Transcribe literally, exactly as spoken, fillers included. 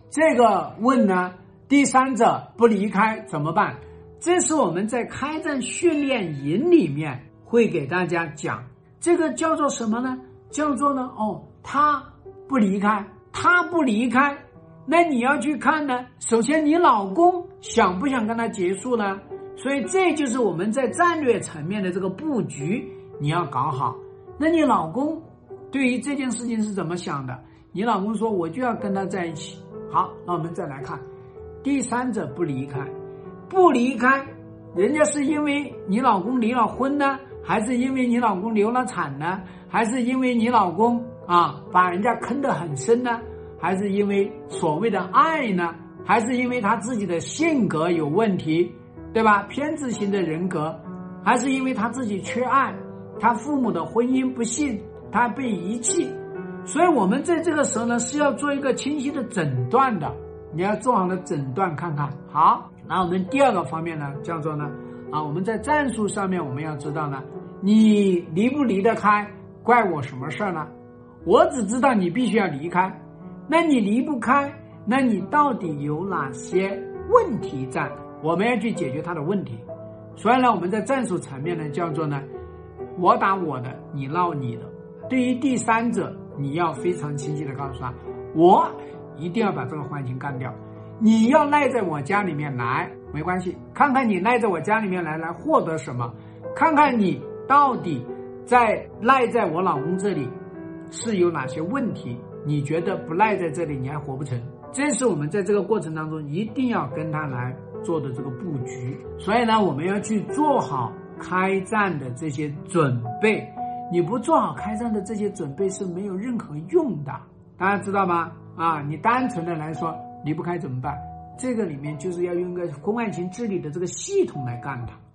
这个问呢，第三者不离开怎么办？这是我们在开战训练营里面会给大家讲，这个叫做什么呢？叫做呢，哦，他不离开，他不离开，那你要去看呢，首先你老公想不想跟他结束呢？所以这就是我们在战略层面的这个布局，你要搞好。那你老公对于这件事情是怎么想的？你老公说我就要跟他在一起。好，那我们再来看，第三者不离开，不离开，人家是因为你老公离了婚呢，还是因为你老公流了产呢，还是因为你老公啊把人家坑得很深呢，还是因为所谓的爱呢，还是因为他自己的性格有问题，对吧？偏执型的人格，还是因为他自己缺爱，他父母的婚姻不幸，他被遗弃。所以我们在这个时候呢，是要做一个清晰的诊断的，你要做好了诊断看看。好，那我们第二个方面呢，叫做呢啊，我们在战术上面我们要知道呢，你离不离得开怪我什么事儿呢？我只知道你必须要离开，那你离不开，那你到底有哪些问题在？我们要去解决它的问题。所以呢，我们在战术层面呢，叫做呢，我打我的，你闹你的。对于第三者，你要非常清晰的告诉他，我一定要把这个环境干掉，你要赖在我家里面来没关系，看看你赖在我家里面来来获得什么，看看你到底在赖在我老公这里是有哪些问题，你觉得不赖在这里你还活不成。这是我们在这个过程当中一定要跟他来做的这个布局。所以呢，我们要去做好开战的这些准备，你不做好开战的这些准备是没有任何用的，大家知道吗？啊，你单纯的来说离不开怎么办？这个里面就是要用一个公案情治理的这个系统来干它。